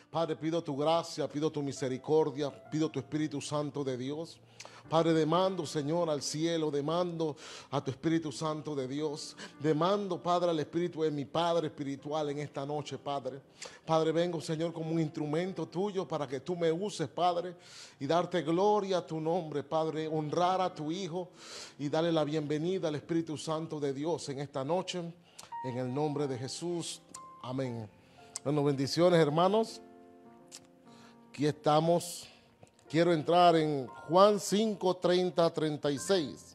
Padre, pido tu gracia, pido tu misericordia, pido tu Espíritu Santo de Dios. Padre, demando, Señor, al cielo, demando a tu Espíritu Santo de Dios. Demando, Padre, al Espíritu de mi Padre espiritual en esta noche, Padre. Padre, vengo, Señor, como un instrumento tuyo para que tú me uses, Padre, y darte gloria a tu nombre, Padre, honrar a tu Hijo y darle la bienvenida al Espíritu Santo de Dios en esta noche, en el nombre de Jesús. Amén. Bueno, bendiciones, hermanos. Aquí estamos. Quiero entrar en Juan 5, 30, 36.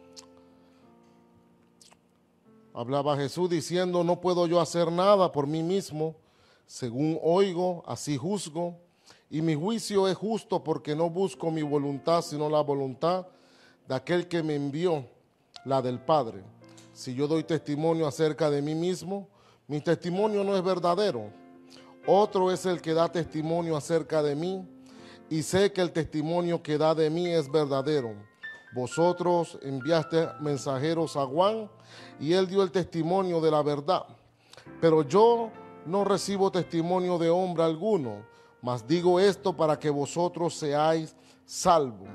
Hablaba Jesús diciendo: no puedo yo hacer nada por mí mismo, según oigo, así juzgo, y mi juicio es justo porque no busco mi voluntad, sino la voluntad de aquel que me envió, la del Padre. Si yo doy testimonio acerca de mí mismo, mi testimonio no es verdadero. Otro es el que da testimonio acerca de mí, y sé que el testimonio que da de mí es verdadero. Vosotros enviaste mensajeros a Juan, y él dio el testimonio de la verdad. Pero yo no recibo testimonio de hombre alguno, mas digo esto para que vosotros seáis salvos.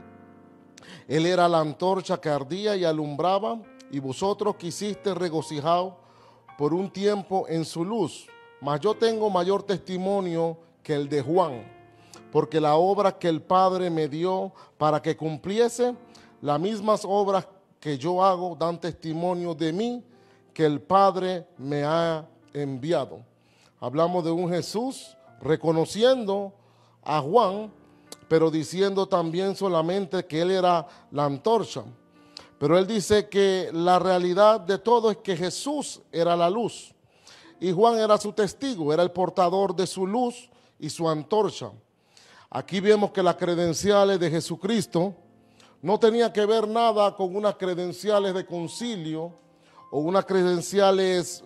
Él era la antorcha que ardía y alumbraba, y vosotros quisisteis regocijaos por un tiempo en su luz. Mas yo tengo mayor testimonio que el de Juan, porque la obra que el Padre me dio para que cumpliese, las mismas obras que yo hago dan testimonio de mí, que el Padre me ha enviado. Hablamos de un Jesús reconociendo a Juan, pero diciendo también solamente que él era la antorcha. Pero él dice que la realidad de todo es que Jesús era la luz, y Juan era su testigo, era el portador de su luz y su antorcha. Aquí vemos que las credenciales de Jesucristo no tenían que ver nada con unas credenciales de concilio o unas credenciales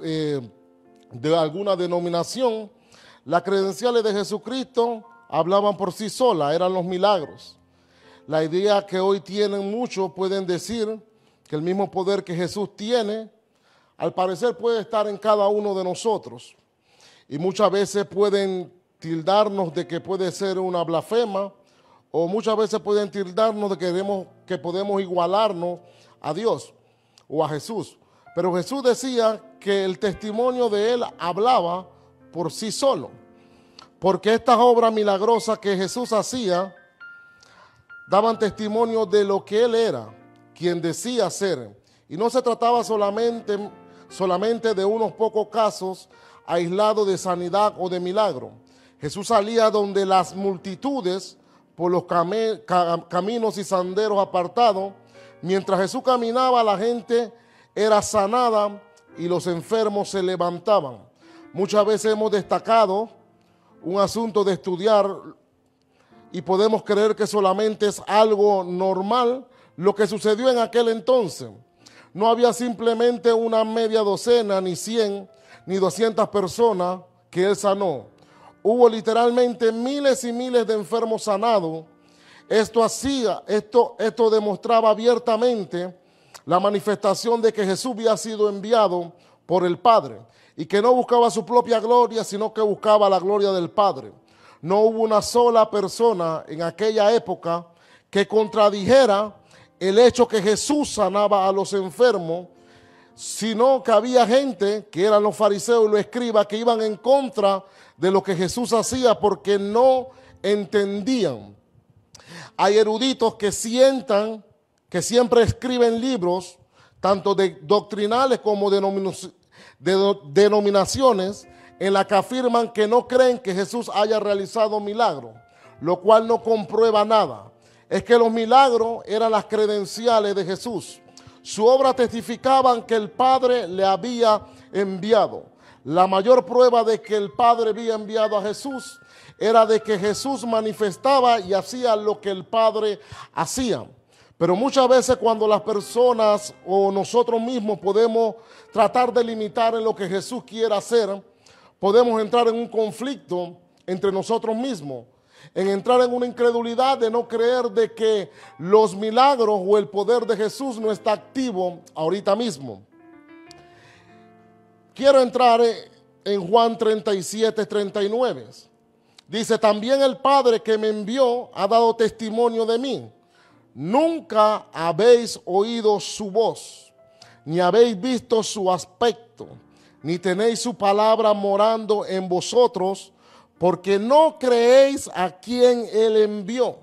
de alguna denominación. Las credenciales de Jesucristo hablaban por sí solas, eran los milagros. La idea que hoy tienen muchos pueden decir que el mismo poder que Jesús tiene, al parecer puede estar en cada uno de nosotros. Y muchas veces pueden tildarnos de que puede ser una blasfema, o muchas veces pueden tildarnos de que podemos igualarnos a Dios o a Jesús. Pero Jesús decía que el testimonio de él hablaba por sí solo, porque estas obras milagrosas que Jesús hacía daban testimonio de lo que él era, quien decía ser. Y no se trataba solamente de unos pocos casos aislados de sanidad o de milagro. Jesús salía donde las multitudes, por los caminos y senderos apartados. Mientras Jesús caminaba, la gente era sanada y los enfermos se levantaban. Muchas veces hemos destacado un asunto de estudiar y podemos creer que solamente es algo normal lo que sucedió en aquel entonces. No había simplemente una media docena, ni 100, ni 200 personas que él sanó. Hubo literalmente miles y miles de enfermos sanados. Esto demostraba abiertamente la manifestación de que Jesús había sido enviado por el Padre y que no buscaba su propia gloria, sino que buscaba la gloria del Padre. No hubo una sola persona en aquella época que contradijera el hecho que Jesús sanaba a los enfermos, sino que había gente, que eran los fariseos y los escribas, que iban en contra de lo que Jesús hacía porque no entendían. Hay eruditos que siempre escriben libros, tanto doctrinales como de denominaciones, en la que afirman que no creen que Jesús haya realizado milagros, lo cual no comprueba nada. Es que los milagros eran las credenciales de Jesús. Su obra testificaban que el Padre le había enviado. La mayor prueba de que el Padre había enviado a Jesús era de que Jesús manifestaba y hacía lo que el Padre hacía. Pero muchas veces cuando las personas o nosotros mismos podemos tratar de limitar en lo que Jesús quiere hacer, podemos entrar en un conflicto entre nosotros mismos, en entrar en una incredulidad de no creer de que los milagros o el poder de Jesús no está activo ahorita mismo. Quiero entrar en Juan 37, 39. Dice, también el Padre que me envió ha dado testimonio de mí. Nunca habéis oído su voz, ni habéis visto su aspecto, ni tenéis su palabra morando en vosotros, porque no creéis a quien él envió.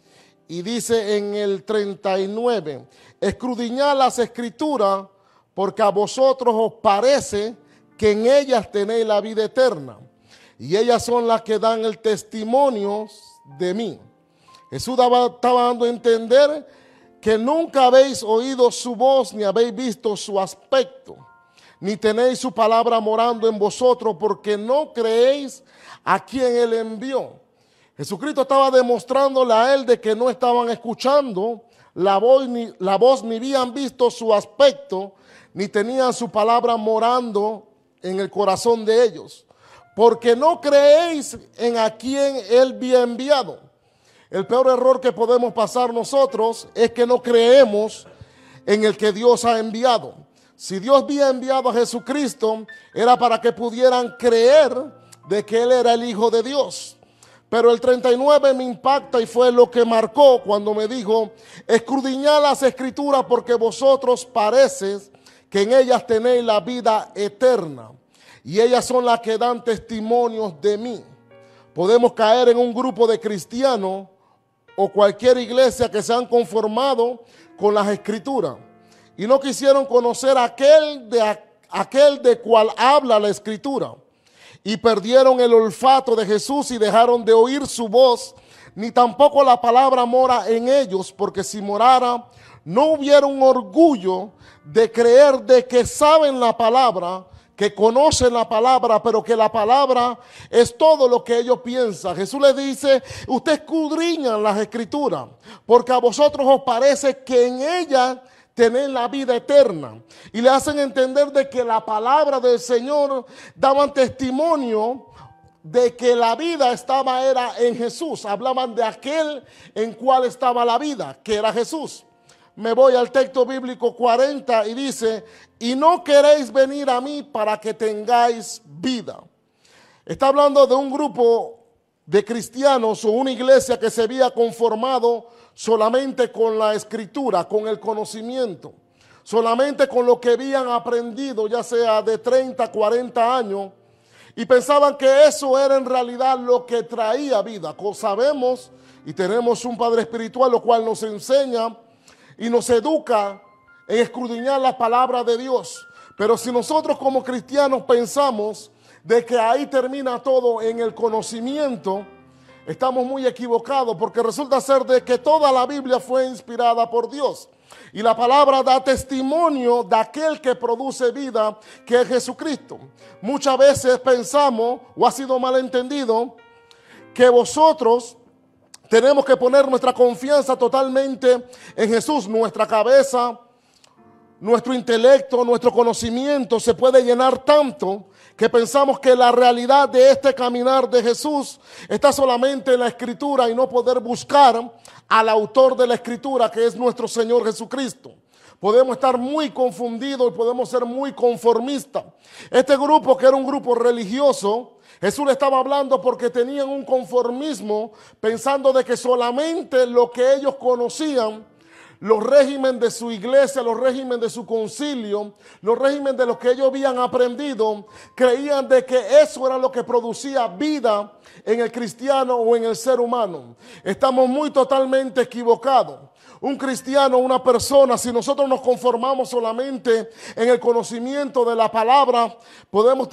Y dice en el 39, escudriñad las escrituras, porque a vosotros os parece que en ellas tenéis la vida eterna, y ellas son las que dan el testimonio de mí. Jesús estaba dando a entender que nunca habéis oído su voz, ni habéis visto su aspecto, ni tenéis su palabra morando en vosotros, porque no creéis a quien él envió. Jesucristo estaba demostrándole a él de que no estaban escuchando la voz, ni habían visto su aspecto, ni tenían su palabra morando en el corazón de ellos, porque no creéis en a quien él había enviado. El peor error que podemos pasar nosotros es que no creemos en el que Dios ha enviado. Si Dios había enviado a Jesucristo, era para que pudieran creer de que Él era el Hijo de Dios. Pero el 39 me impacta y fue lo que marcó cuando me dijo, escudriñad las escrituras porque vosotros pareces que en ellas tenéis la vida eterna, y ellas son las que dan testimonios de mí. Podemos caer en un grupo de cristianos o cualquier iglesia que se han conformado con las escrituras y no quisieron conocer aquel de cual habla la escritura, y perdieron el olfato de Jesús y dejaron de oír su voz, ni tampoco la palabra mora en ellos, porque si morara no hubiera un orgullo de creer de que saben la palabra, que conocen la palabra, pero que la palabra es todo lo que ellos piensan. Jesús les dice, ustedes escudriñan las escrituras, porque a vosotros os parece que en ellas tenéis la vida eterna. Y le hacen entender de que la palabra del Señor daban testimonio de que la vida era en Jesús. Hablaban de aquel en cual estaba la vida, que era Jesús. Me voy al texto bíblico 40 y dice, y no queréis venir a mí para que tengáis vida. Está hablando de un grupo de cristianos o una iglesia que se había conformado solamente con la escritura, con el conocimiento, solamente con lo que habían aprendido, ya sea de 30, 40 años, y pensaban que eso era en realidad lo que traía vida. Sabemos y tenemos un Padre espiritual, lo cual nos enseña y nos educa en escudriñar la palabra de Dios. Pero si nosotros como cristianos pensamos de que ahí termina todo en el conocimiento, estamos muy equivocados, porque resulta ser de que toda la Biblia fue inspirada por Dios. Y la palabra da testimonio de aquel que produce vida, que es Jesucristo. Muchas veces pensamos, o ha sido malentendido, que vosotros tenemos que poner nuestra confianza totalmente en Jesús. Nuestra cabeza, nuestro intelecto, nuestro conocimiento se puede llenar tanto que pensamos que la realidad de este caminar de Jesús está solamente en la Escritura y no poder buscar al autor de la Escritura, que es nuestro Señor Jesucristo. Podemos estar muy confundidos y podemos ser muy conformistas. Este grupo, que era un grupo religioso, Jesús le estaba hablando porque tenían un conformismo, pensando de que solamente lo que ellos conocían, los regímenes de su iglesia, los regímenes de su concilio, los regímenes de lo que ellos habían aprendido, creían de que eso era lo que producía vida en el cristiano o en el ser humano. Estamos muy totalmente equivocados. Un cristiano, una persona, si nosotros nos conformamos solamente en el conocimiento de la palabra, podemos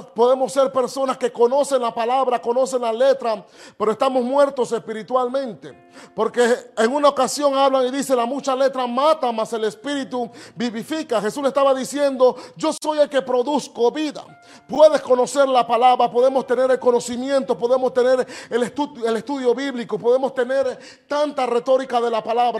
ser personas que conocen la palabra, conocen la letra, pero estamos muertos espiritualmente. Porque en una ocasión hablan y dice, la mucha letra mata, mas el espíritu vivifica. Jesús le estaba diciendo, yo soy el que produzco vida. Puedes conocer la palabra, podemos tener el conocimiento, podemos tener el estudio bíblico, podemos tener tanta retórica de la palabra,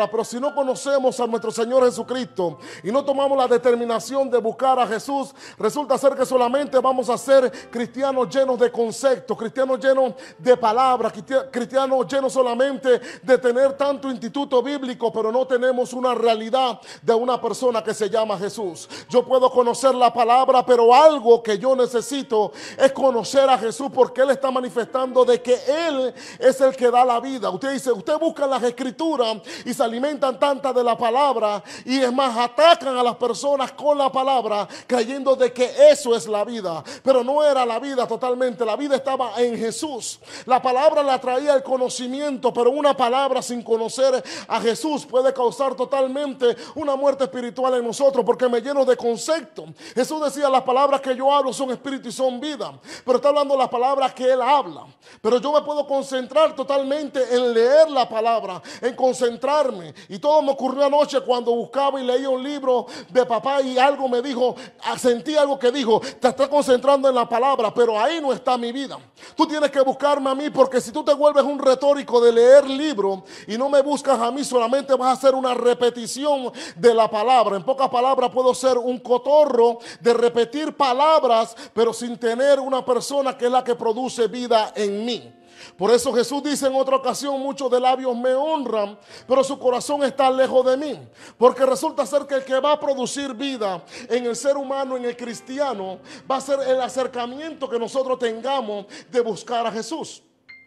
pero si no conocemos a nuestro Señor Jesucristo y no tomamos la determinación de buscar a Jesús, resulta ser que solamente vamos a ser cristianos llenos de conceptos, cristianos llenos de palabras, cristianos llenos solamente de tener tanto instituto bíblico, pero no tenemos una realidad de una persona que se llama Jesús. Yo puedo conocer la palabra, pero algo que yo necesito es conocer a Jesús, porque Él está manifestando de que Él es el que da la vida. Usted dice, usted busca las escrituras y se alimentan tantas de la palabra, y es más, atacan a las personas con la palabra, creyendo de que eso es la vida, pero no era la vida totalmente. La vida estaba en Jesús. La palabra la traía el conocimiento, pero una palabra sin conocer a Jesús puede causar totalmente una muerte espiritual en nosotros, porque me lleno de conceptos. Jesús decía, las palabras que yo hablo son espíritu y son vida, pero está hablando las palabras que Él habla. Pero yo me puedo concentrar totalmente en leer la palabra, en concentrarme. Y todo me ocurrió anoche cuando buscaba y leía un libro de papá, y algo me dijo, sentí algo que dijo, te estás concentrando en la palabra, pero ahí no está mi vida. Tú tienes que buscarme a mí, porque si tú te vuelves un retórico de leer libros y no me buscas a mí, solamente vas a hacer una repetición de la palabra. En pocas palabras, puedo ser un cotorro de repetir palabras, pero sin tener una persona que es la que produce vida en mí. Por eso Jesús dice en otra ocasión, muchos de labios me honran, pero su corazón está lejos de mí. Porque resulta ser que el que va a producir vida en el ser humano, en el cristiano, va a ser el acercamiento que nosotros tengamos de buscar a Jesús.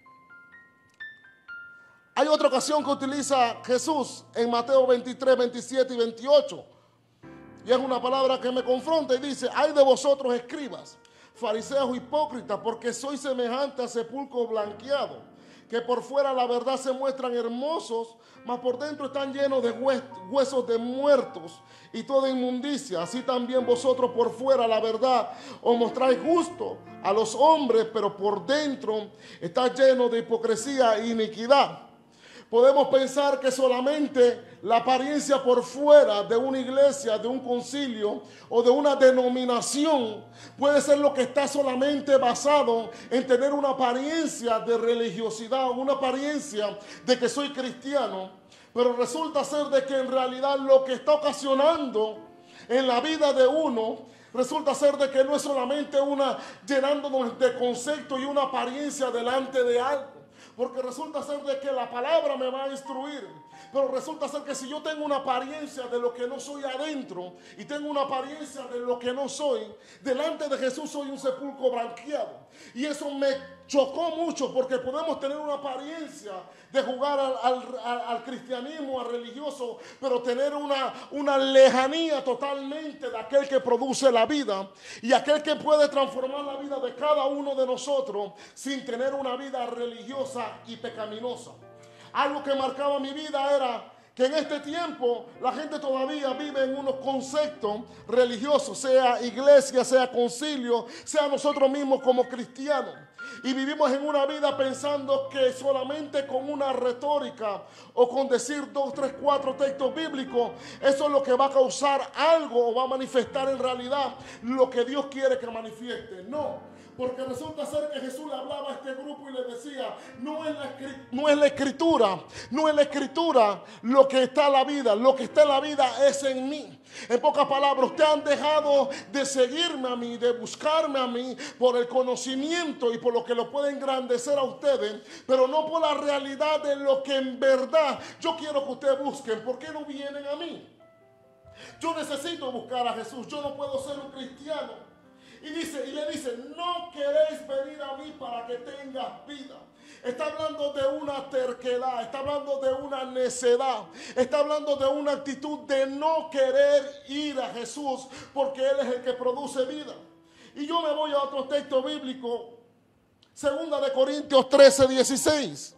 Hay otra ocasión que utiliza Jesús en Mateo 23, 27 y 28. Y es una palabra que me confronta y dice, ay de vosotros escribas, fariseos hipócritas, porque sois semejante a sepulcro blanqueado, que por fuera la verdad se muestran hermosos, mas por dentro están llenos de huesos de muertos y toda inmundicia. Así también vosotros por fuera la verdad os mostráis justo a los hombres, pero por dentro está lleno de hipocresía e iniquidad. Podemos pensar que solamente la apariencia por fuera de una iglesia, de un concilio o de una denominación puede ser lo que está solamente basado en tener una apariencia de religiosidad, una apariencia de que soy cristiano, pero resulta ser de que en realidad lo que está ocasionando en la vida de uno resulta ser de que no es solamente una llenándonos de conceptos y una apariencia delante de algo. Porque resulta ser de que la palabra me va a instruir, pero resulta ser que si yo tengo una apariencia de lo que no soy adentro y tengo una apariencia de lo que no soy, delante de Jesús soy un sepulcro blanqueado. Y eso me chocó mucho, porque podemos tener una apariencia de jugar al cristianismo, al religioso, pero tener una lejanía totalmente de aquel que produce la vida y aquel que puede transformar la vida de cada uno de nosotros sin tener una vida religiosa y pecaminosa. Algo que marcaba mi vida era que en este tiempo la gente todavía vive en unos conceptos religiosos, sea iglesia, sea concilio, sea nosotros mismos como cristianos. Y vivimos en una vida pensando que solamente con una retórica o con decir 2, 3, 4 textos bíblicos, eso es lo que va a causar algo o va a manifestar en realidad lo que Dios quiere que manifieste. No. Porque resulta ser que Jesús le hablaba a este grupo y le decía, no es la escritura lo que está en la vida, lo que está en la vida es en mí. En pocas palabras, ustedes han dejado de seguirme a mí, de buscarme a mí por el conocimiento y por lo que lo puede engrandecer a ustedes, pero no por la realidad de lo que en verdad yo quiero que ustedes busquen. ¿Por qué no vienen a mí? Yo necesito buscar a Jesús, yo no puedo ser un cristiano. Y le dice, no queréis venir a mí para que tengas vida. Está hablando de una terquedad, está hablando de una necedad, está hablando de una actitud de no querer ir a Jesús porque Él es el que produce vida. Y yo me voy a otro texto bíblico, 2 Corintios 13, 16.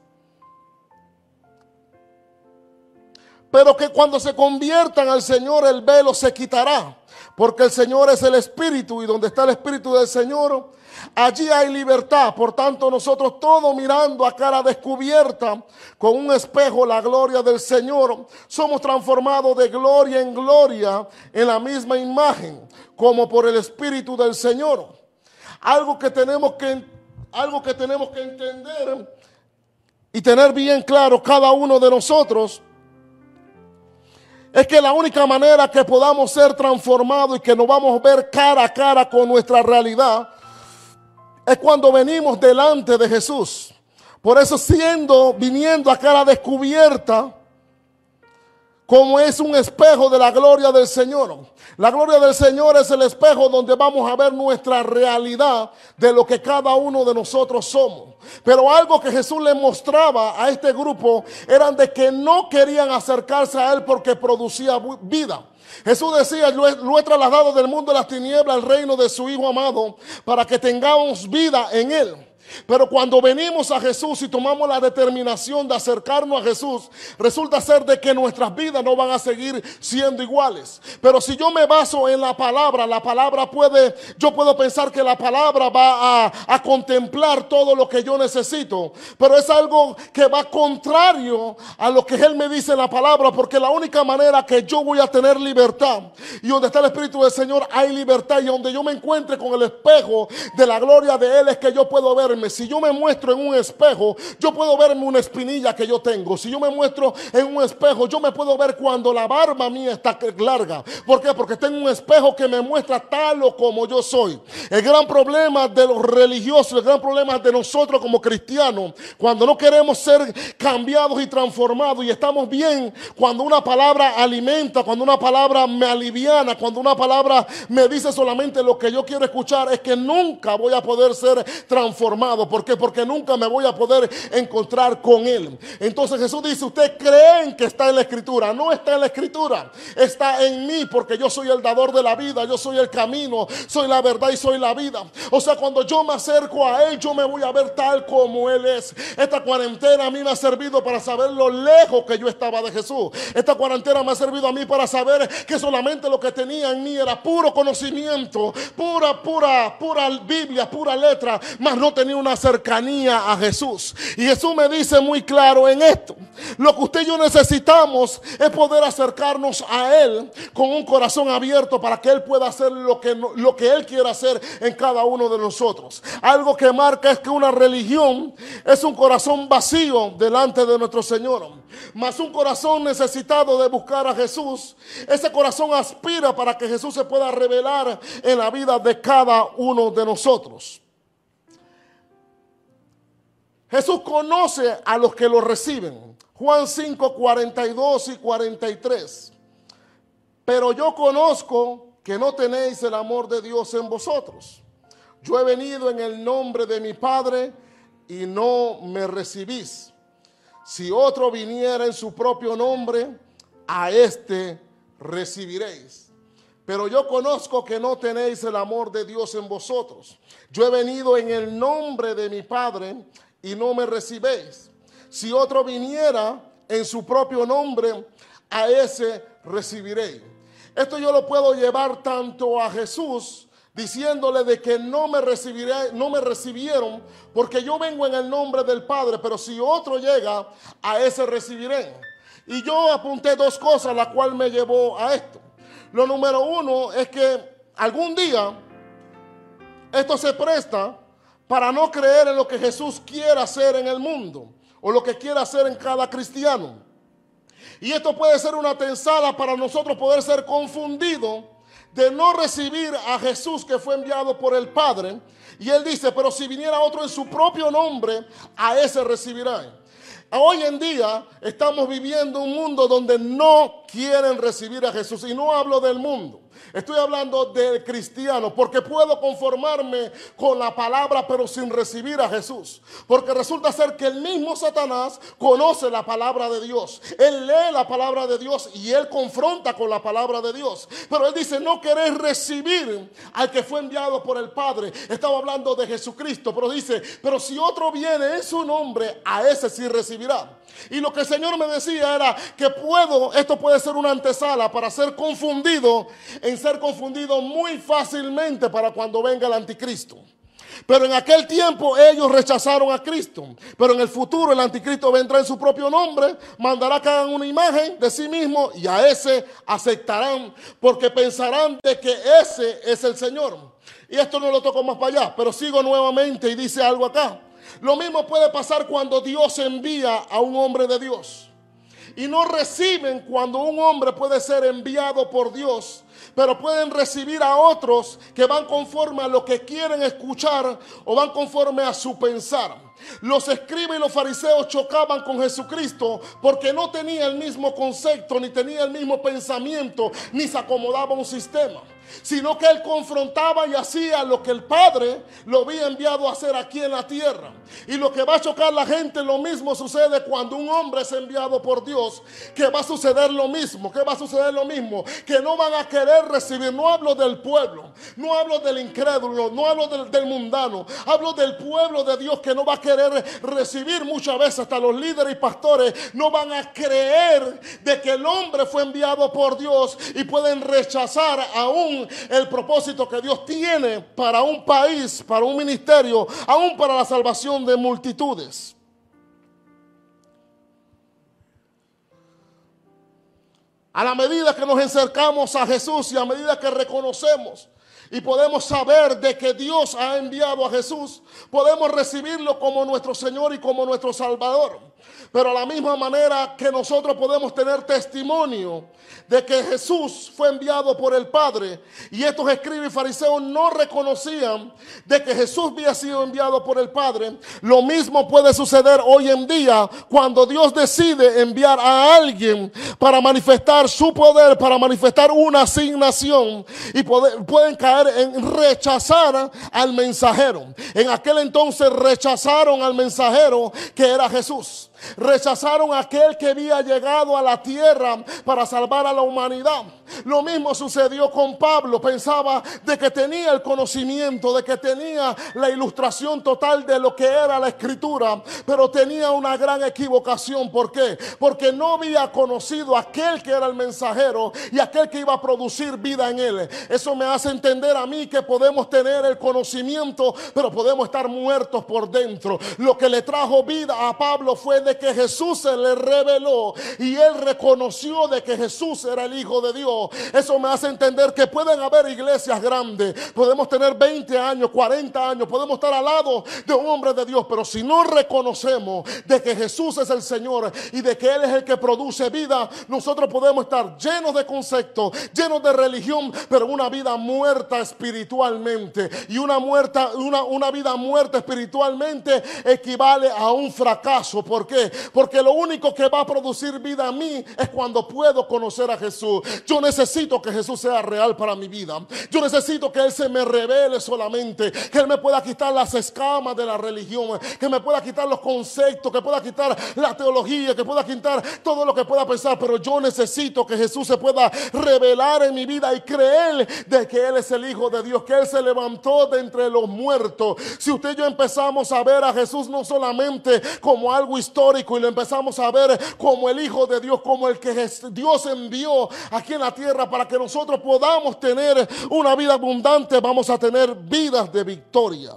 Pero que cuando se conviertan al Señor el velo se quitará, porque el Señor es el Espíritu, y donde está el Espíritu del Señor, allí hay libertad. Por tanto, nosotros todos mirando a cara descubierta con un espejo la gloria del Señor, somos transformados de gloria en gloria en la misma imagen, como por el Espíritu del Señor. Algo que tenemos que entender y tener bien claro cada uno de nosotros es que la única manera que podamos ser transformados y que nos vamos a ver cara a cara con nuestra realidad es cuando venimos delante de Jesús. Por eso viniendo a cara descubierta, como es un espejo de la gloria del Señor. La gloria del Señor es el espejo donde vamos a ver nuestra realidad de lo que cada uno de nosotros somos. Pero algo que Jesús le mostraba a este grupo eran de que no querían acercarse a Él porque producía vida. Jesús decía: lo he trasladado del mundo de las tinieblas al reino de su Hijo amado para que tengamos vida en Él. Pero cuando venimos a Jesús y tomamos la determinación de acercarnos a Jesús, resulta ser de que nuestras vidas no van a seguir siendo iguales. Pero si yo me baso en la palabra yo puedo pensar que la palabra va a contemplar todo lo que yo necesito. Pero es algo que va contrario a lo que Él me dice en la palabra, porque la única manera que yo voy a tener libertad, y donde está el Espíritu del Señor hay libertad, y donde yo me encuentre con el espejo de la gloria de Él es que yo puedo verme. Si yo me muestro en un espejo, yo puedo verme una espinilla que yo tengo. Si yo me muestro en un espejo, yo me puedo ver cuando la barba mía está larga. ¿Por qué? Porque tengo un espejo que me muestra tal o como yo soy. El gran problema de los religiosos, el gran problema de nosotros como cristianos, cuando no queremos ser cambiados y transformados y estamos bien, cuando una palabra alimenta, cuando una palabra me aliviana, cuando una palabra me dice solamente lo que yo quiero escuchar, es que nunca voy a poder ser transformado. ¿Por qué? Porque nunca me voy a poder encontrar con Él. Entonces Jesús dice: ustedes creen que está en la Escritura. No está en la Escritura, está en mí, porque yo soy el dador de la vida, yo soy el camino, soy la verdad y soy la vida. O sea, cuando yo me acerco a Él, yo me voy a ver tal como Él es. Esta cuarentena a mí me ha servido para saber lo lejos que yo estaba de Jesús. Esta cuarentena me ha servido a mí para saber que solamente lo que tenía en mí era puro conocimiento, pura Biblia, pura letra, mas no tenía una cercanía a Jesús. Y Jesús me dice muy claro en esto: lo que usted y yo necesitamos es poder acercarnos a Él con un corazón abierto para que Él pueda hacer lo que Él quiera hacer en cada uno de nosotros. Algo que marca es que una religión es un corazón vacío delante de nuestro Señor, mas un corazón necesitado de buscar a Jesús, ese corazón aspira para que Jesús se pueda revelar en la vida de cada uno de nosotros. Jesús conoce a los que lo reciben. Juan 5, 42 y 43. Pero yo conozco que no tenéis el amor de Dios en vosotros. Yo he venido en el nombre de mi Padre y no me recibís. Si otro viniera en su propio nombre, a éste recibiréis. Pero yo conozco que no tenéis el amor de Dios en vosotros. Yo he venido en el nombre de mi Padre y no me recibéis. Si otro viniera en su propio nombre, a ese recibiréis. Esto yo lo puedo llevar tanto a Jesús, diciéndole de que no me recibieron, porque yo vengo en el nombre del Padre, pero si otro llega, a ese recibiré. Y yo apunté dos cosas, la cual me llevó a esto. Lo número uno es que algún día esto se presta para no creer en lo que Jesús quiere hacer en el mundo o lo que quiere hacer en cada cristiano. Y esto puede ser una antesala para nosotros poder ser confundidos de no recibir a Jesús que fue enviado por el Padre. Y Él dice: pero si viniera otro en su propio nombre, a ese recibirán. Hoy en día estamos viviendo un mundo donde no quieren recibir a Jesús. Y no hablo del mundo, estoy hablando del cristiano, porque puedo conformarme con la palabra pero sin recibir a Jesús. Porque resulta ser que el mismo Satanás conoce la palabra de Dios. Él lee la palabra de Dios y él confronta con la palabra de Dios. Pero él dice: no queréis recibir al que fue enviado por el Padre. Estaba hablando de Jesucristo, pero dice: pero si otro viene en su nombre, a ese sí recibirá. Y lo que el Señor me decía era que esto puede ser una antesala para ser confundido, en ser confundido muy fácilmente para cuando venga el anticristo. Pero en aquel tiempo ellos rechazaron a Cristo. Pero en el futuro el anticristo vendrá en su propio nombre, mandará que hagan una imagen de sí mismo y a ese aceptarán, porque pensarán de que ese es el Señor. Y esto no lo toco más para allá, pero sigo nuevamente y dice algo acá. Lo mismo puede pasar cuando Dios envía a un hombre de Dios. y no reciben cuando un hombre puede ser enviado por Dios, pero pueden recibir a otros que van conforme a lo que quieren escuchar o van conforme a su pensar. Los escribas y los fariseos chocaban con Jesucristo porque no tenía el mismo concepto, ni tenía el mismo pensamiento, ni se acomodaba a un sistema, sino que él confrontaba y hacía lo que el Padre lo había enviado a hacer aquí en la tierra. Y lo que va a chocar a la gente, lo mismo sucede cuando un hombre es enviado por Dios, que va a suceder lo mismo. ¿Qué va a suceder lo mismo? Que no van a querer recibir. No hablo del pueblo, no hablo del incrédulo, no hablo del mundano, hablo del pueblo de Dios que no va a querer recibir. Muchas veces hasta los líderes y pastores no van a creer de que el hombre fue enviado por Dios, y pueden rechazar aún el propósito que Dios tiene para un país, para un ministerio, aún para la salvación de multitudes. A la medida que nos acercamos a Jesús y a medida que reconocemos y podemos saber de que Dios ha enviado a Jesús, podemos recibirlo como nuestro Señor y como nuestro Salvador. Pero a la misma manera que nosotros podemos tener testimonio de que Jesús fue enviado por el Padre, y estos escribas y fariseos no reconocían de que Jesús había sido enviado por el Padre, lo mismo puede suceder hoy en día cuando Dios decide enviar a alguien para manifestar su poder, para manifestar una asignación, y pueden caer en rechazar al mensajero. En aquel entonces rechazaron al mensajero, que era Jesús. Rechazaron a aquel que había llegado a la tierra para salvar a la humanidad. Lo mismo sucedió con Pablo. Pensaba de que tenía el conocimiento, de que tenía la ilustración total de lo que era la escritura, pero tenía una gran equivocación. ¿Por qué? Porque no había conocido a aquel que era el mensajero y aquel que iba a producir vida en él. Eso me hace entender a mí que podemos tener el conocimiento, pero podemos estar muertos por dentro. Lo que le trajo vida a Pablo fue de que Jesús se le reveló y él reconoció de que Jesús era el Hijo de Dios. Eso me hace entender que pueden haber iglesias grandes, podemos tener 20 años, 40 años, podemos estar al lado de un hombre de Dios, pero si no reconocemos de que Jesús es el Señor y de que Él es el que produce vida, nosotros podemos estar llenos de conceptos, llenos de religión, pero una vida muerta espiritualmente. Y una vida muerta espiritualmente equivale a un fracaso. ¿Por qué? Porque lo único que va a producir vida a mí es cuando puedo conocer a Jesús. Yo necesito que Jesús sea real para mi vida. Yo necesito que Él se me revele solamente, que Él me pueda quitar las escamas de la religión, que me pueda quitar los conceptos, que pueda quitar la teología, que pueda quitar todo lo que pueda pensar. Pero yo necesito que Jesús se pueda revelar en mi vida y creer de que Él es el Hijo de Dios, que Él se levantó de entre los muertos. Si usted y yo empezamos a ver a Jesús no solamente como algo histórico, y lo empezamos a ver como el Hijo de Dios, como el que Dios envió aquí en la tierra para que nosotros podamos tener una vida abundante, vamos a tener vidas de victoria.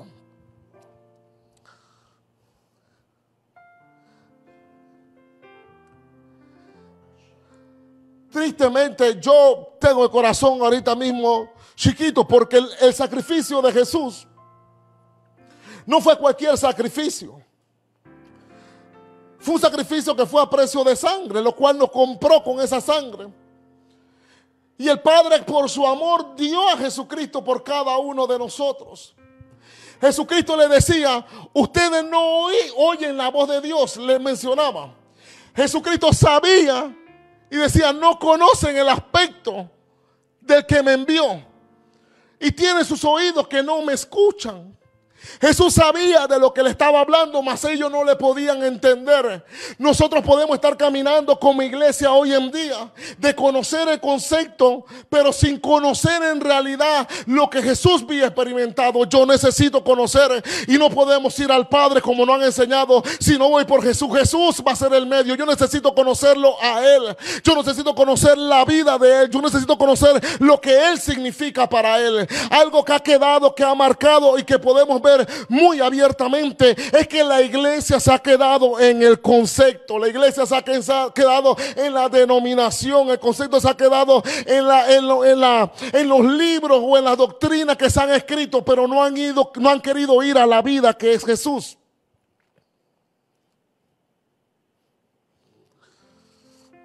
Tristemente yo tengo el corazón ahorita mismo chiquito, porque el sacrificio de Jesús no fue cualquier sacrificio. Fue un sacrificio que fue a precio de sangre, lo cual nos compró con esa sangre. Y el Padre, por su amor, dio a Jesucristo por cada uno de nosotros. Jesucristo le decía: ustedes no oyen la voz de Dios, le mencionaba. Jesucristo sabía y decía: no conocen el aspecto del que me envió, y tienen sus oídos que no me escuchan. Jesús sabía de lo que le estaba hablando, mas ellos no le podían entender. Nosotros podemos estar caminando como iglesia hoy en día, de conocer el concepto, pero sin conocer en realidad lo que Jesús había experimentado. Yo necesito conocer, y no podemos ir al Padre como nos han enseñado si no voy por Jesús. Jesús va a ser el medio. Yo necesito conocerlo a Él. Yo necesito conocer la vida de Él. Yo necesito conocer lo que Él significa para Él. Algo que ha quedado, que ha marcado y que podemos ver muy abiertamente es que la iglesia se ha quedado en el concepto. La iglesia se ha quedado en la denominación. El concepto se ha quedado en los libros o en las doctrinas que se han escrito, pero no han querido ir a la vida que es Jesús.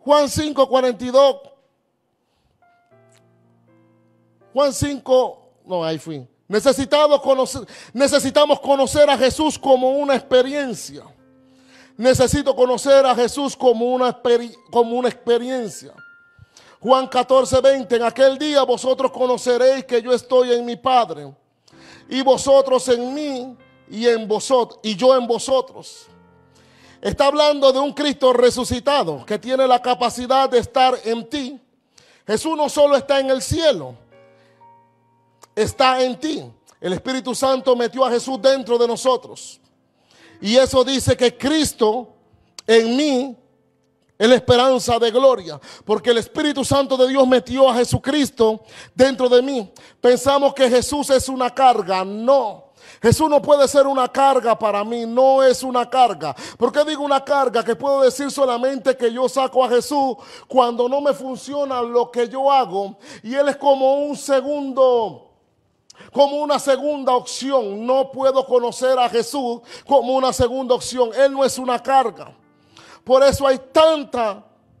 Juan 5:42. Juan 5, no, ahí fui. Necesitamos conocer a Jesús como una experiencia. Necesito conocer a Jesús como una experiencia. Juan 14:20, en aquel día vosotros conoceréis que yo estoy en mi Padre, y vosotros en mí, y yo en vosotros. Está hablando de un Cristo resucitado que tiene la capacidad de estar en ti. Jesús no solo está en el cielo, está en ti. El Espíritu Santo metió a Jesús dentro de nosotros. Y eso dice que Cristo en mí es la esperanza de gloria, porque el Espíritu Santo de Dios metió a Jesucristo dentro de mí. Pensamos que Jesús es una carga. No, Jesús no puede ser una carga para mí, no es una carga. ¿Por qué digo una carga? Que puedo decir solamente que yo saco a Jesús cuando no me funciona lo que yo hago, y Él es como una segunda opción. No puedo conocer a Jesús como una segunda opción. Él no es una carga. Por eso hay tanta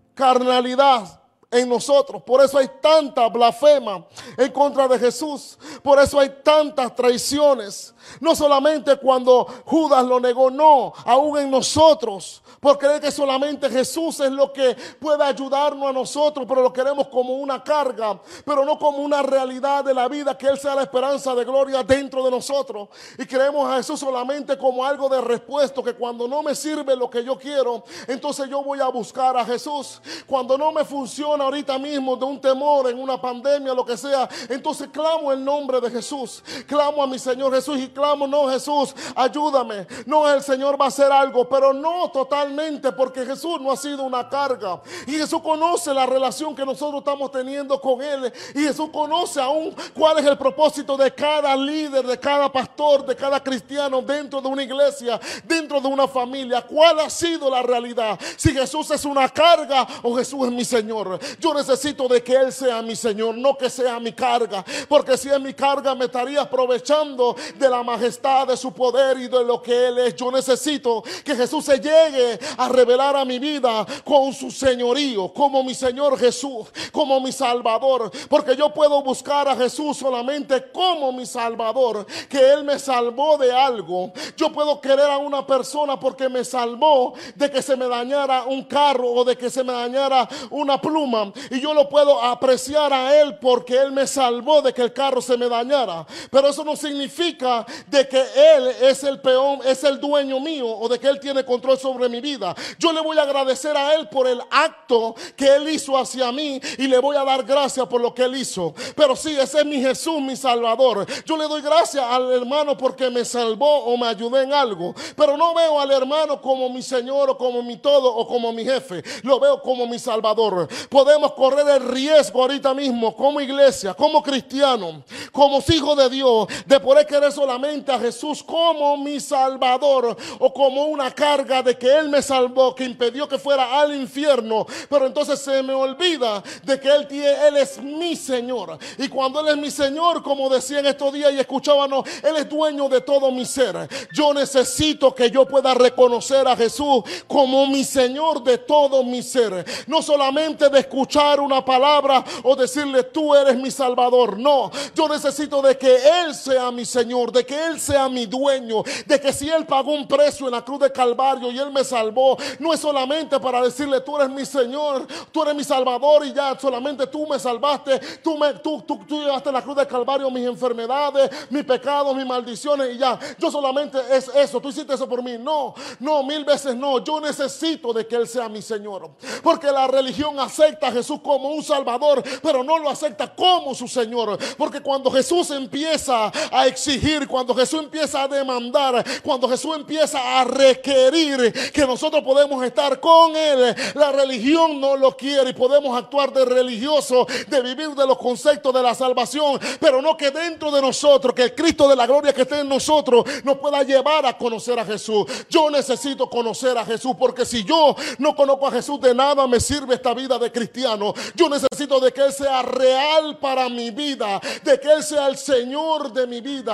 carnalidad en nosotros. Por eso hay tanta blasfema en contra de Jesús. Por eso hay tantas traiciones. No solamente cuando Judas lo negó, no, aún en nosotros. Por creer que solamente Jesús es lo que puede ayudarnos a nosotros, pero lo queremos como una carga, pero no como una realidad de la vida, que Él sea la esperanza de gloria dentro de nosotros. Y creemos a Jesús solamente como algo de repuesto, que cuando no me sirve lo que yo quiero, entonces yo voy a buscar a Jesús. Cuando no me funciona ahorita mismo de un temor, en una pandemia, lo que sea, entonces clamo el nombre de Jesús, clamo a mi Señor Jesús y clamo: no, Jesús, ayúdame. No, el Señor va a hacer algo, pero no totalmente, porque Jesús no ha sido una carga. Y Jesús conoce la relación que nosotros estamos teniendo con Él. Y Jesús conoce aún cuál es el propósito de cada líder, de cada pastor, de cada cristiano dentro de una iglesia, dentro de una familia. ¿Cuál ha sido la realidad? Si Jesús es una carga o Jesús es mi Señor. Yo necesito de que Él sea mi Señor, no que sea mi carga, porque si es mi carga me estaría aprovechando de la majestad de su poder y de lo que Él es. Yo necesito que Jesús se llegue a revelar a mi vida con su señorío, como mi Señor Jesús, como mi Salvador, porque yo puedo buscar a Jesús solamente como mi Salvador, que Él me salvó de algo. Yo puedo querer a una persona porque me salvó de que se me dañara un carro o de que se me dañara una pluma, y yo lo puedo apreciar a Él porque Él me salvó de que el carro se me dañara, pero eso no significa de que Él es el peón, es el dueño mío, o de que Él tiene control sobre mi vida. Yo le voy a agradecer a Él por el acto que Él hizo hacia mí, y le voy a dar gracias por lo que Él hizo. Pero sí, ese es mi Jesús, mi Salvador. Yo le doy gracias al hermano porque me salvó o me ayudó en algo, pero no veo al hermano como mi Señor o como mi todo o como mi jefe. Lo veo como mi Salvador. Podemos correr el riesgo ahorita mismo como iglesia, como cristiano, como hijos de Dios, de poder querer solamente a Jesús como mi Salvador o como una carga de que Él me salvó, que impidió que fuera al infierno. Pero entonces se me olvida de que Él es mi Señor, y cuando Él es mi Señor, como decía en estos días y escuchábamos, Él es dueño de todo mi ser. Yo necesito que yo pueda reconocer a Jesús como mi Señor de todo mi ser, no solamente de escuchar una palabra o decirle: tú eres mi Salvador. No, yo necesito de que Él sea mi Señor, de que Él sea mi dueño, de que si Él pagó un precio en la cruz de Calvario y Él me salvó, no es solamente para decirle: tú eres mi Señor, tú eres mi Salvador, y ya solamente tú me salvaste, tú llevaste en la cruz de Calvario mis enfermedades, mis pecados, mis maldiciones, y ya, yo solamente es eso, tú hiciste eso por mí. No, no, mil veces no. Yo necesito de que Él sea mi Señor, porque la religión acepta a Jesús como un Salvador, pero no lo acepta como su Señor. Porque cuando Jesús empieza a exigir, cuando Jesús empieza a demandar, cuando Jesús empieza a requerir que nosotros podemos estar con Él, la religión no lo quiere, y podemos actuar de religioso, de vivir de los conceptos de la salvación, pero no que dentro de nosotros, que el Cristo de la gloria que esté en nosotros nos pueda llevar a conocer a Jesús. Yo necesito conocer a Jesús, porque si yo no conozco a Jesús, de nada me sirve esta vida de cristiano. Yo necesito de que Él sea real para mi vida, de que Él sea el Señor de mi vida, de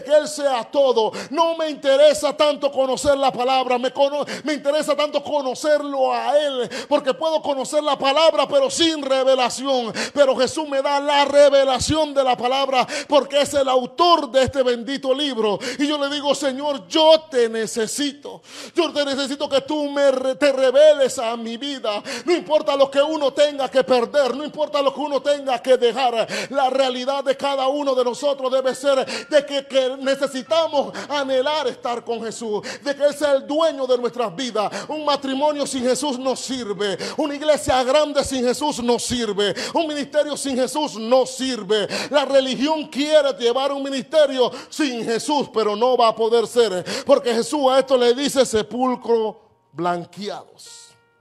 que Él sea todo. No me interesa tanto conocer la palabra, me interesa tanto conocerlo a Él, porque puedo conocer la palabra pero sin revelación. Pero Jesús me da la revelación de la palabra, porque es el autor de este bendito libro. Y yo le digo: Señor, yo te necesito. Yo te necesito que tú te reveles a mi vida. No importa lo que uno tenga que perder, no importa lo que uno tenga que dejar. La realidad de cada uno de nosotros debe ser de que necesitamos anhelar estar con Jesús, de que Él sea el dueño de nuestras vidas. Un matrimonio sin Jesús no sirve. Una iglesia grande sin Jesús no sirve. Un ministerio sin Jesús no sirve. La religión quiere llevar un ministerio sin Jesús, pero no va a poder ser, porque Jesús a esto le dice: sepulcro blanqueados.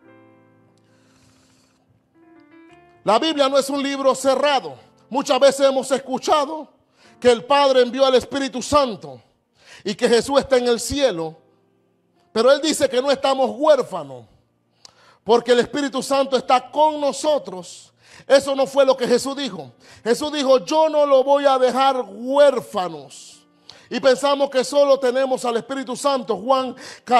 La Biblia no es un libro cerrado. Muchas veces hemos escuchado que el Padre envió al Espíritu Santo y que Jesús está en el cielo, pero Él dice que no estamos huérfanos, porque el Espíritu Santo está con nosotros. Eso no fue lo que Jesús dijo. Jesús dijo: yo no lo voy a dejar huérfanos. Y pensamos que solo tenemos al Espíritu Santo. Juan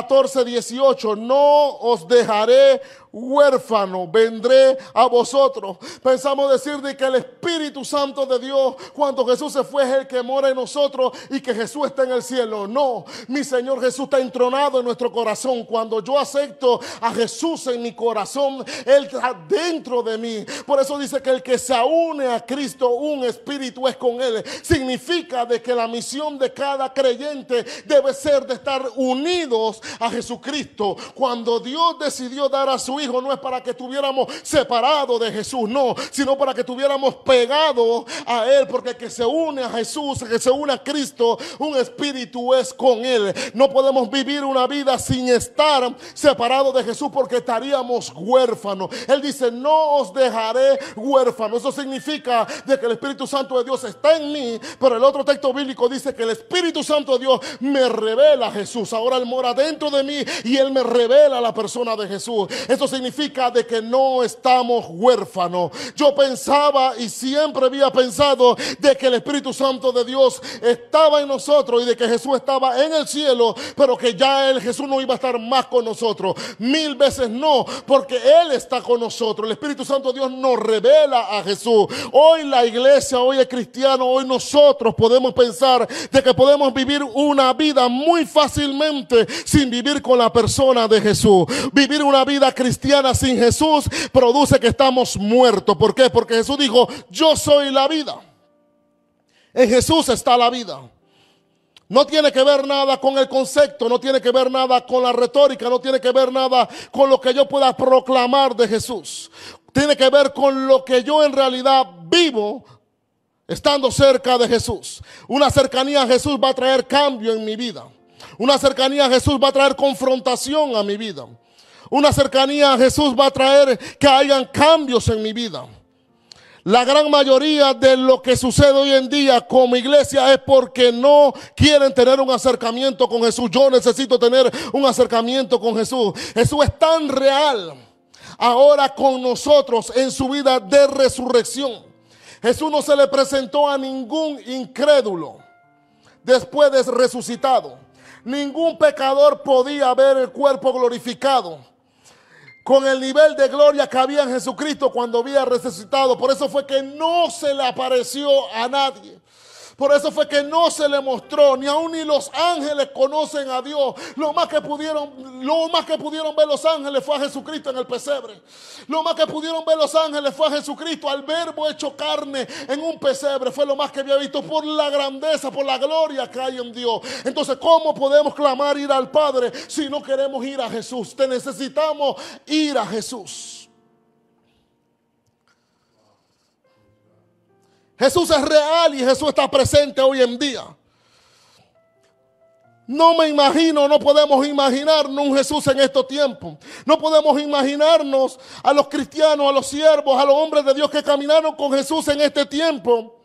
14:18, no os dejaré huérfano, vendré a vosotros. Pensamos decir de que el Espíritu Santo de Dios, cuando Jesús se fue, es el que mora en nosotros y que Jesús está en el cielo. No, mi Señor Jesús está entronado en nuestro corazón. Cuando yo acepto a Jesús en mi corazón, Él está dentro de mí. Por eso dice que el que se une a Cristo, un espíritu es con Él. Significa de que la misión de cada creyente debe ser de estar unidos a Jesucristo. Cuando Dios decidió dar a su Hijo, no es para que estuviéramos separados de Jesús, no, sino para que estuviéramos pegados a Él, porque el que se une a Jesús, el que se une a Cristo, un espíritu es con Él. No podemos vivir una vida sin estar separados de Jesús, porque estaríamos huérfanos. Él dice: no os dejaré huérfanos. Eso significa de que el Espíritu Santo de Dios está en mí, pero el otro texto bíblico dice que el Espíritu Santo de Dios me revela a Jesús. Ahora Él mora dentro de mí y Él me revela la persona de Jesús. Eso significa de que no estamos huérfanos. Yo pensaba y siempre había pensado de que el Espíritu Santo de Dios estaba en nosotros y de que Jesús estaba en el cielo, pero que ya Jesús no iba a estar más con nosotros. Mil veces no, porque Él está con nosotros. El Espíritu Santo de Dios nos revela a Jesús. Hoy la iglesia, hoy el cristiano, hoy nosotros podemos pensar de que podemos vivir una vida muy fácilmente sin vivir con la persona de Jesús. Vivir una vida cristiana sin Jesús produce que estamos muertos. ¿Por qué? Porque Jesús dijo: yo soy la vida. En Jesús está la vida. No tiene que ver nada con el concepto, no tiene que ver nada con la retórica, no tiene que ver nada con lo que yo pueda proclamar de Jesús. Tiene que ver con lo que yo en realidad vivo estando cerca de Jesús. Una cercanía a Jesús va a traer cambio en mi vida. Una cercanía a Jesús va a traer confrontación a mi vida. Una cercanía a Jesús va a traer que hayan cambios en mi vida. La gran mayoría de lo que sucede hoy en día como iglesia es porque no quieren tener un acercamiento con Jesús. Yo necesito tener un acercamiento con Jesús. Jesús es tan real ahora con nosotros en su vida de resurrección. Jesús no se le presentó a ningún incrédulo después de resucitado. Ningún pecador podía ver el cuerpo glorificado con el nivel de gloria que había en Jesucristo cuando había resucitado. Por eso fue que no se le apareció a nadie. Por eso fue que no se le mostró, ni aun ni los ángeles conocen a Dios. Lo más que pudieron ver los ángeles fue a Jesucristo en el pesebre. Lo más que pudieron ver los ángeles fue a Jesucristo, al verbo hecho carne en un pesebre. Fue lo más que había visto por la grandeza, por la gloria que hay en Dios. Entonces, ¿cómo podemos clamar ir al Padre si no queremos ir a Jesús? Te necesitamos ir a Jesús. Jesús es real y Jesús está presente hoy en día. No podemos imaginarnos un Jesús en estos tiempos. No podemos imaginarnos a los cristianos, a los siervos, a los hombres de Dios que caminaron con Jesús en este tiempo,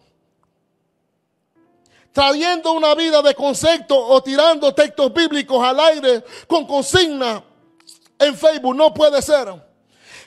trayendo una vida de concepto o tirando textos bíblicos al aire con consigna en Facebook. No puede ser.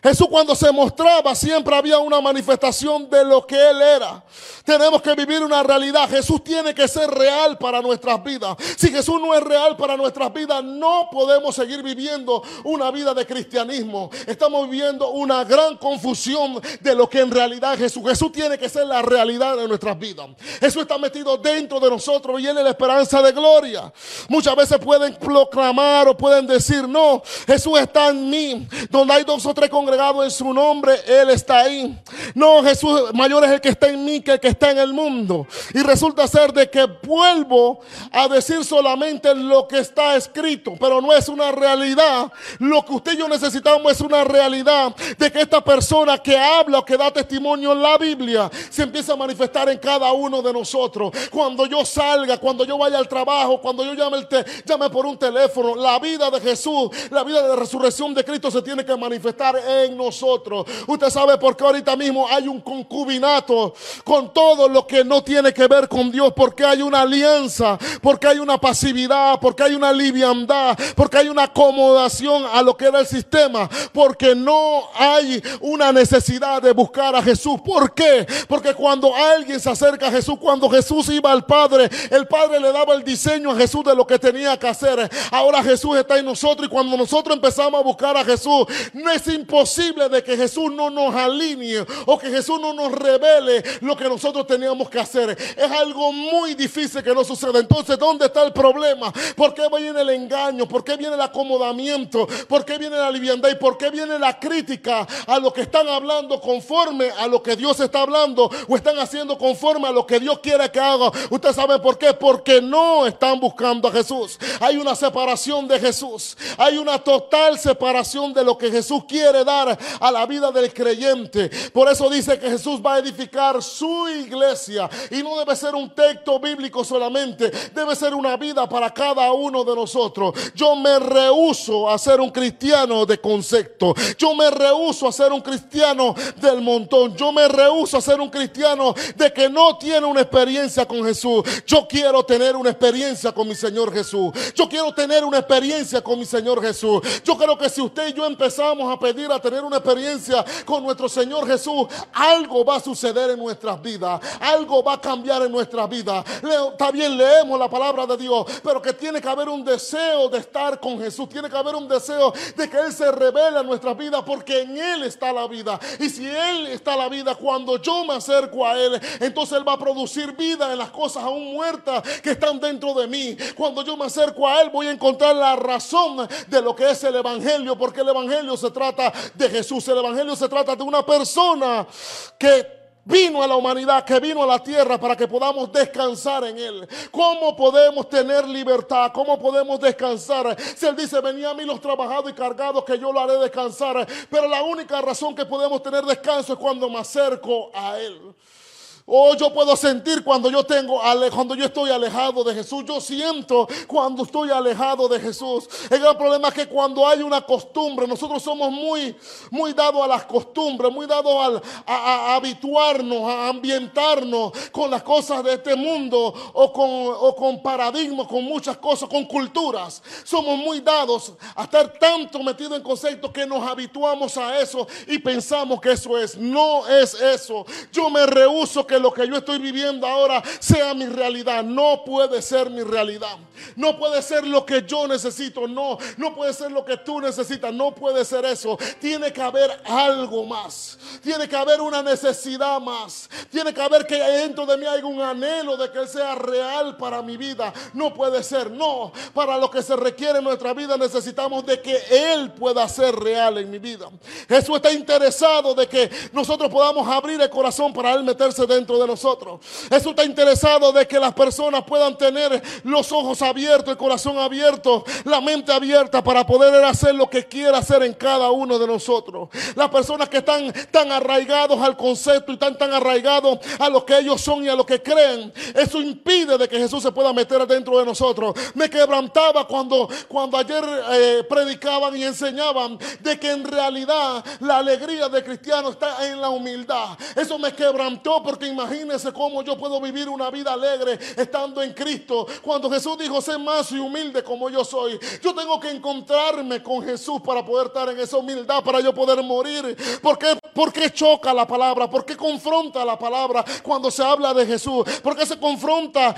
Jesús cuando se mostraba siempre había una manifestación de lo que Él era. Tenemos que vivir una realidad. Jesús tiene que ser real para nuestras vidas. Si Jesús no es real para nuestras vidas, no podemos seguir viviendo una vida de cristianismo. Estamos viviendo una gran confusión de lo que en realidad es Jesús. Jesús tiene que ser la realidad de nuestras vidas. Jesús está metido dentro de nosotros y Él es la esperanza de gloria. Muchas veces pueden proclamar o pueden decir, no, Jesús está en mí. Donde hay 2 o 3 congregados en su nombre, Él está ahí. No, Jesús mayor es el que está en mí que el que está en el mundo. Y resulta ser de que vuelvo a decir solamente lo que está escrito, pero no es una realidad. Lo que usted y yo necesitamos es una realidad de que esta persona que habla o que da testimonio en la Biblia se empieza a manifestar en cada uno de nosotros. Cuando yo salga, cuando yo vaya al trabajo, cuando yo llame por un teléfono, la vida de Jesús, la vida de resurrección de Cristo se tiene que manifestar en nosotros. Usted sabe por qué ahorita mismo hay un concubinato con todo lo que no tiene que ver con Dios, porque hay una alianza, porque hay una pasividad, porque hay una liviandad, porque hay una acomodación a lo que era el sistema, porque no hay una necesidad de buscar a Jesús. ¿Por qué? Porque cuando alguien se acerca a Jesús, cuando Jesús iba al Padre, el Padre le daba el diseño a Jesús de lo que tenía que hacer. Ahora Jesús está en nosotros y cuando nosotros empezamos a buscar a Jesús, no es imposible de que Jesús no nos alinee o que Jesús no nos revele lo que nosotros teníamos que hacer. Es algo muy difícil que no suceda. Entonces, ¿dónde está el problema? ¿Por qué viene el engaño? ¿Por qué viene el acomodamiento? ¿Por qué viene la liviandad? ¿Y por qué viene la crítica a lo que están hablando conforme a lo que Dios está hablando o están haciendo conforme a lo que Dios quiere que haga? ¿Usted sabe por qué? Porque no están buscando a Jesús. Hay una separación de Jesús. Hay una total separación de lo que Jesús quiere dar a la vida del creyente. Por eso dice que Jesús va a edificar su iglesia y no debe ser un texto bíblico solamente, debe ser una vida para cada uno de nosotros. Yo me rehúso a ser un cristiano de concepto. Yo me rehúso a ser un cristiano del montón. Yo me rehúso a ser un cristiano de que no tiene una experiencia con Jesús. Yo quiero tener una experiencia con mi Señor Jesús. Yo quiero tener una experiencia con mi Señor Jesús. Yo creo que si usted y yo empezamos a pedir a tener una experiencia con nuestro Señor Jesús, algo va a suceder en nuestras vidas, algo va a cambiar en nuestras vidas. Está bien, leemos la palabra de Dios, pero que tiene que haber un deseo de estar con Jesús, tiene que haber un deseo de que Él se revele en nuestras vidas, porque en Él está la vida. Y si Él está la vida, cuando yo me acerco a Él, entonces Él va a producir vida en las cosas aún muertas que están dentro de mí. Cuando yo me acerco a Él, voy a encontrar la razón de lo que es el Evangelio, porque el Evangelio se trata de Jesús. El Evangelio se trata de una persona que vino a la humanidad, que vino a la tierra para que podamos descansar en Él. ¿Cómo podemos tener libertad? ¿Cómo podemos descansar? Si Él dice, venid a mí los trabajados y cargados, que yo lo haré descansar. Pero la única razón que podemos tener descanso es cuando me acerco a Él. O yo puedo sentir cuando yo estoy alejado de Jesús. Yo siento cuando estoy alejado de Jesús. El gran problema es que cuando hay una costumbre, nosotros somos muy dados a las costumbres, muy dados a habituarnos, a ambientarnos con las cosas de este mundo o con paradigmas, con muchas cosas, con culturas. Somos muy dados a estar tanto metidos en conceptos que nos habituamos a eso y pensamos que eso es. No es eso. Yo me rehúso que lo que yo estoy viviendo ahora sea mi realidad. No puede ser mi realidad. No puede ser lo que yo necesito. No puede ser lo que tú necesitas. No puede ser eso. Tiene que haber algo más. Tiene que haber una necesidad más. Tiene que haber que dentro de mí haya un anhelo de que Él sea real para mi vida. No puede ser. No. Para lo que se requiere en nuestra vida necesitamos de que Él pueda ser real en mi vida. Jesús está interesado de que nosotros podamos abrir el corazón para Él meterse dentro de nosotros. Jesús está interesado de que las personas puedan tener los ojos abiertos, el corazón abierto, la mente abierta para poder hacer lo que quiera hacer en cada uno de nosotros. Las personas que están tan arraigados al concepto y tan arraigados a lo que ellos son y a lo que creen, eso impide de que Jesús se pueda meter dentro de nosotros. Me quebrantaba cuando ayer predicaban y enseñaban de que en realidad la alegría del cristiano está en la humildad. Eso me quebrantó porque imagínense cómo yo puedo vivir una vida alegre estando en Cristo. Cuando Jesús dijo, sé manso y humilde como yo soy, yo tengo que encontrarme con Jesús para poder estar en esa humildad, para yo poder morir. ¿Por qué choca la palabra? ¿Por qué confronta la palabra cuando se habla de Jesús? ¿Por qué se confronta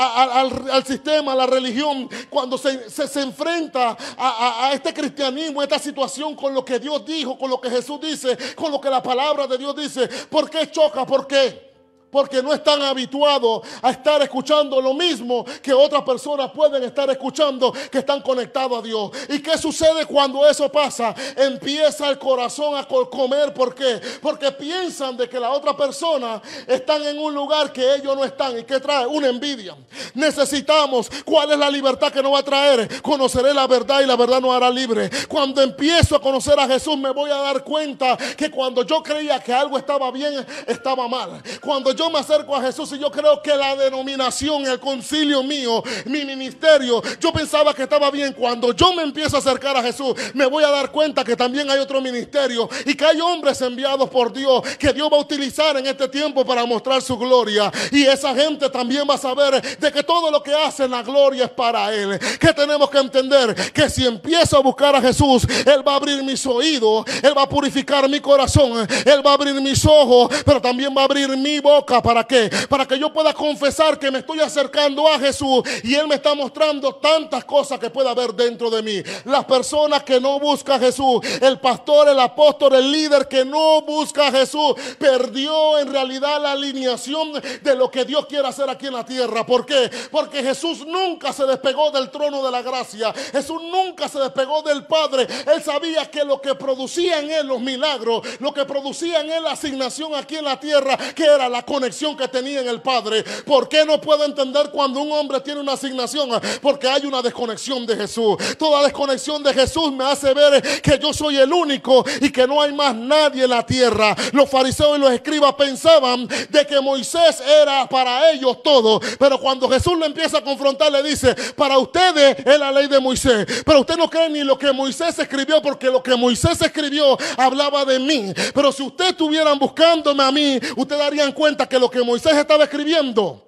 al sistema, a la religión, cuando se enfrenta a este cristianismo, a esta situación con lo que Dios dijo, con lo que Jesús dice, con lo que la palabra de Dios dice? ¿Por qué choca? ¿Por qué? Porque no están habituados a estar escuchando lo mismo que otras personas pueden estar escuchando, que están conectados a Dios. ¿Y qué sucede cuando eso pasa? Empieza el corazón a comer. ¿Por qué? Porque piensan de que la otra persona están en un lugar que ellos no están. ¿Y qué trae? Una envidia. Necesitamos, ¿cuál es la libertad que nos va a traer? Conoceré la verdad y la verdad nos hará libre. Cuando empiezo a conocer a Jesús, me voy a dar cuenta que cuando yo creía que algo estaba bien, estaba mal. Cuando yo me acerco a Jesús y yo creo que la denominación, el concilio mío, mi ministerio, yo pensaba que estaba bien. Cuando yo me empiezo a acercar a Jesús, me voy a dar cuenta que también hay otro ministerio y que hay hombres enviados por Dios que Dios va a utilizar en este tiempo para mostrar su gloria. Y esa gente también va a saber de que todo lo que hace, la gloria es para Él. Que tenemos que entender que si empiezo a buscar a Jesús, Él va a abrir mis oídos, Él va a purificar mi corazón, Él va a abrir mis ojos, pero también va a abrir mi boca. ¿Para qué? Para que yo pueda confesar que me estoy acercando a Jesús y Él me está mostrando tantas cosas que puede haber dentro de mí. Las personas que no buscan a Jesús, el pastor, el apóstol, el líder que no busca a Jesús, perdió en realidad la alineación de lo que Dios quiere hacer aquí en la tierra. ¿Por qué? Porque Jesús nunca se despegó del trono de la gracia. Jesús nunca se despegó del Padre. Él sabía que lo que producía en Él los milagros, lo que producía en Él la asignación aquí en la tierra, que era la conexión que tenía en el Padre. ¿Por qué no puedo entender cuando un hombre tiene una asignación? Porque hay una desconexión de Jesús. Toda desconexión de Jesús me hace ver que yo soy el único y que no hay más nadie en la tierra. Los fariseos y los escribas pensaban de que Moisés era para ellos todo, pero cuando Jesús le empieza a confrontar, le dice, para ustedes es la ley de Moisés, pero usted no cree ni lo que Moisés escribió, porque lo que Moisés escribió hablaba de mí. Pero si ustedes estuvieran buscándome a mí, ustedes darían cuenta que lo que Moisés estaba escribiendo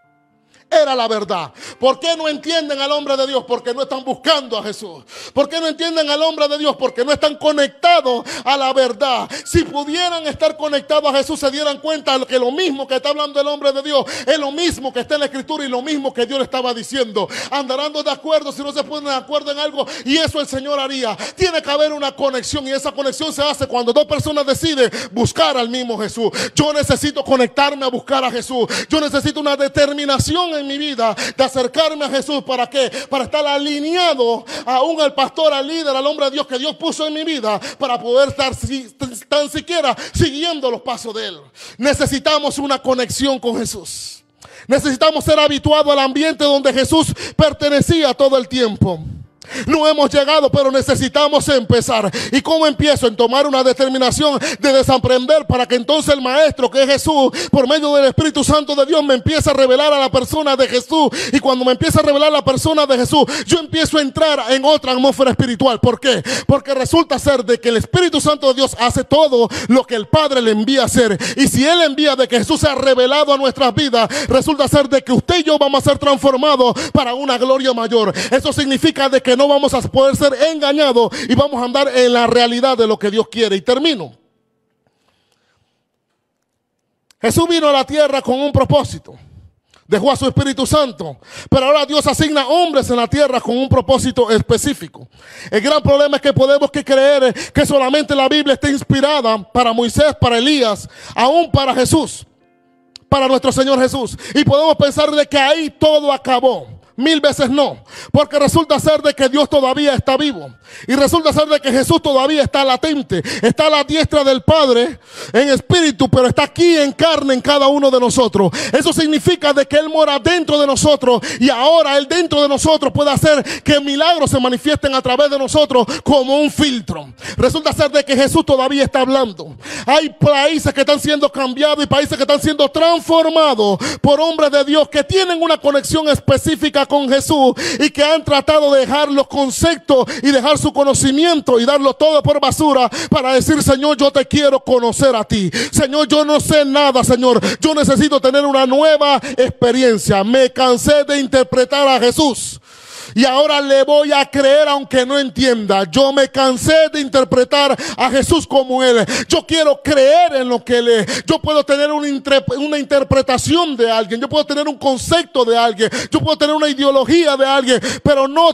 era la verdad. ¿Por qué no entienden al hombre de Dios? Porque no están buscando a Jesús. ¿Por qué no entienden al hombre de Dios? Porque no están conectados a la verdad. Si pudieran estar conectados a Jesús, se dieran cuenta de que lo mismo que está hablando el hombre de Dios es lo mismo que está en la Escritura y lo mismo que Dios le estaba diciendo. Andarán de acuerdo si no se ponen de acuerdo en algo, y eso el Señor haría. Tiene que haber una conexión, y esa conexión se hace cuando dos personas deciden buscar al mismo Jesús. Yo necesito conectarme a buscar a Jesús. Yo necesito una determinación en mi vida de acercarme a Jesús. ¿Para qué? Para estar alineado aún al pastor, al líder, al hombre de Dios que Dios puso en mi vida, para poder estar tan siquiera siguiendo los pasos de Él. Necesitamos una conexión con Jesús. Necesitamos ser habituados al ambiente donde Jesús pertenecía todo el tiempo. No hemos llegado, pero necesitamos empezar. ¿Y cómo empiezo? En tomar una determinación de desaprender, para que entonces el Maestro, que es Jesús, por medio del Espíritu Santo de Dios, me empiece a revelar a la persona de Jesús. Y cuando me empieza a revelar la persona de Jesús, yo empiezo a entrar en otra atmósfera espiritual. ¿Por qué? Porque resulta ser de que el Espíritu Santo de Dios hace todo lo que el Padre le envía a hacer. Y si Él envía de que Jesús sea revelado a nuestras vidas, resulta ser de que usted y yo vamos a ser transformados para una gloria mayor. Eso significa de que no vamos a poder ser engañados y vamos a andar en la realidad de lo que Dios quiere. Y termino. Jesús vino a la tierra con un propósito. Dejó a su Espíritu Santo, pero ahora Dios asigna hombres en la tierra con un propósito específico. El gran problema es que podemos creer que solamente la Biblia está inspirada para Moisés, para Elías, aún para Jesús, para nuestro Señor Jesús, y podemos pensar de que ahí todo acabó. Mil veces no, porque resulta ser de que Dios todavía está vivo, y resulta ser de que Jesús todavía está latente, está a la diestra del Padre en espíritu, pero está aquí en carne en cada uno de nosotros. Eso significa de que Él mora dentro de nosotros, y ahora Él dentro de nosotros puede hacer que milagros se manifiesten a través de nosotros como un filtro. Resulta ser de que Jesús todavía está hablando. Hay países que están siendo cambiados y países que están siendo transformados por hombres de Dios que tienen una conexión específica con Jesús y que han tratado de dejar los conceptos y dejar su conocimiento y darlo todo por basura para decir: Señor, yo te quiero conocer a ti. Señor, yo no sé nada, Señor. Yo necesito tener una nueva experiencia. Me cansé de interpretar a Jesús y ahora le voy a creer aunque no entienda. Yo me cansé de interpretar a Jesús como Él. Yo quiero creer en lo que Él es. Yo puedo tener una interpretación de alguien. Yo puedo tener un concepto de alguien. Yo puedo tener una ideología de alguien. Pero no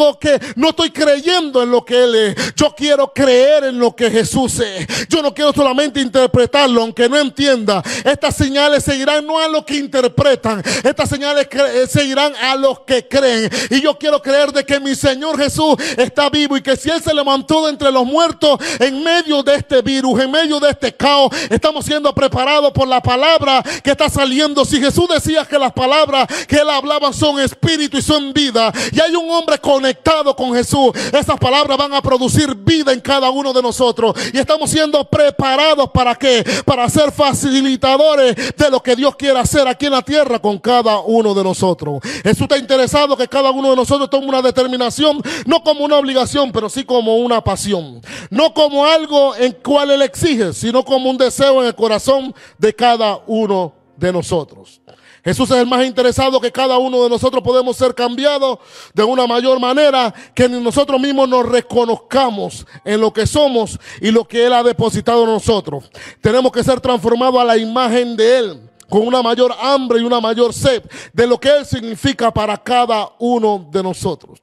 estoy creyendo en lo que Él es. Yo quiero creer en lo que Jesús es. Yo no quiero solamente interpretarlo aunque no entienda. Estas señales seguirán no a los que interpretan. Estas señales seguirán a los que creen. Y yo quiero creer de que mi Señor Jesús está vivo y que si Él se levantó de entre los muertos en medio de este virus, en medio de este caos, estamos siendo preparados por la palabra que está saliendo. Si Jesús decía que las palabras que Él hablaba son espíritu y son vida, y hay un hombre conectado con Jesús, esas palabras van a producir vida en cada uno de nosotros. Y estamos siendo preparados ¿para qué? Para ser facilitadores de lo que Dios quiere hacer aquí en la tierra con cada uno de nosotros. Jesús está interesado que cada uno de nosotros tome una determinación, no como una obligación, pero sí como una pasión. No como algo en cual Él exige, sino como un deseo en el corazón de cada uno de nosotros. Jesús es el más interesado que cada uno de nosotros podemos ser cambiados de una mayor manera, que nosotros mismos nos reconozcamos en lo que somos y lo que Él ha depositado en nosotros. Tenemos que ser transformados a la imagen de Él, con una mayor hambre y una mayor sed de lo que Él significa para cada uno de nosotros.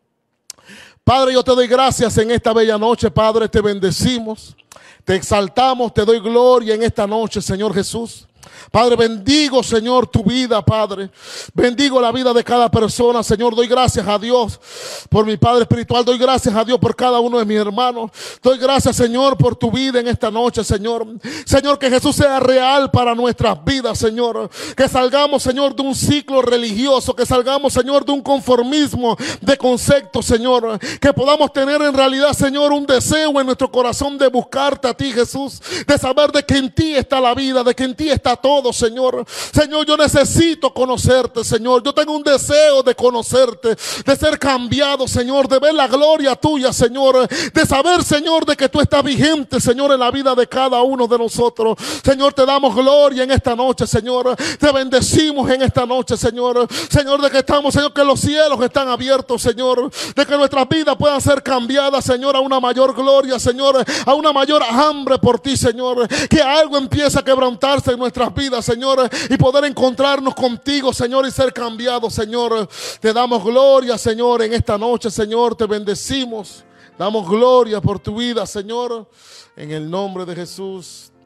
Padre, yo te doy gracias en esta bella noche. Padre, te bendecimos, te exaltamos, te doy gloria en esta noche, Señor Jesús. Padre, bendigo, Señor, tu vida, Padre. Bendigo la vida de cada persona, Señor. Doy gracias a Dios por mi Padre espiritual. Doy gracias a Dios por cada uno de mis hermanos. Doy gracias, Señor, por tu vida en esta noche, Señor. Señor, que Jesús sea real para nuestras vidas, Señor. Que salgamos, Señor, de un ciclo religioso. Que salgamos, Señor, de un conformismo de conceptos, Señor. Que podamos tener en realidad, Señor, un deseo en nuestro corazón de buscarte a ti, Jesús. De saber de que en ti está la vida, de que en ti está todo, Señor. Señor, yo necesito conocerte, Señor. Yo tengo un deseo de conocerte, de ser cambiado, Señor, de ver la gloria tuya, Señor, de saber, Señor, de que tú estás vigente, Señor, en la vida de cada uno de nosotros. Señor, te damos gloria en esta noche, Señor. Te bendecimos en esta noche, Señor. Señor, de que estamos, Señor, que los cielos están abiertos, Señor, de que nuestras vidas puedan ser cambiadas, Señor, a una mayor gloria, Señor, a una mayor hambre por ti, Señor. Que algo empiece a quebrantarse en nuestras vidas, Señor, y poder encontrarnos contigo, Señor, y ser cambiados, Señor. Te damos gloria, Señor, en esta noche, Señor. Te bendecimos. Damos gloria por tu vida, Señor, en el nombre de Jesús.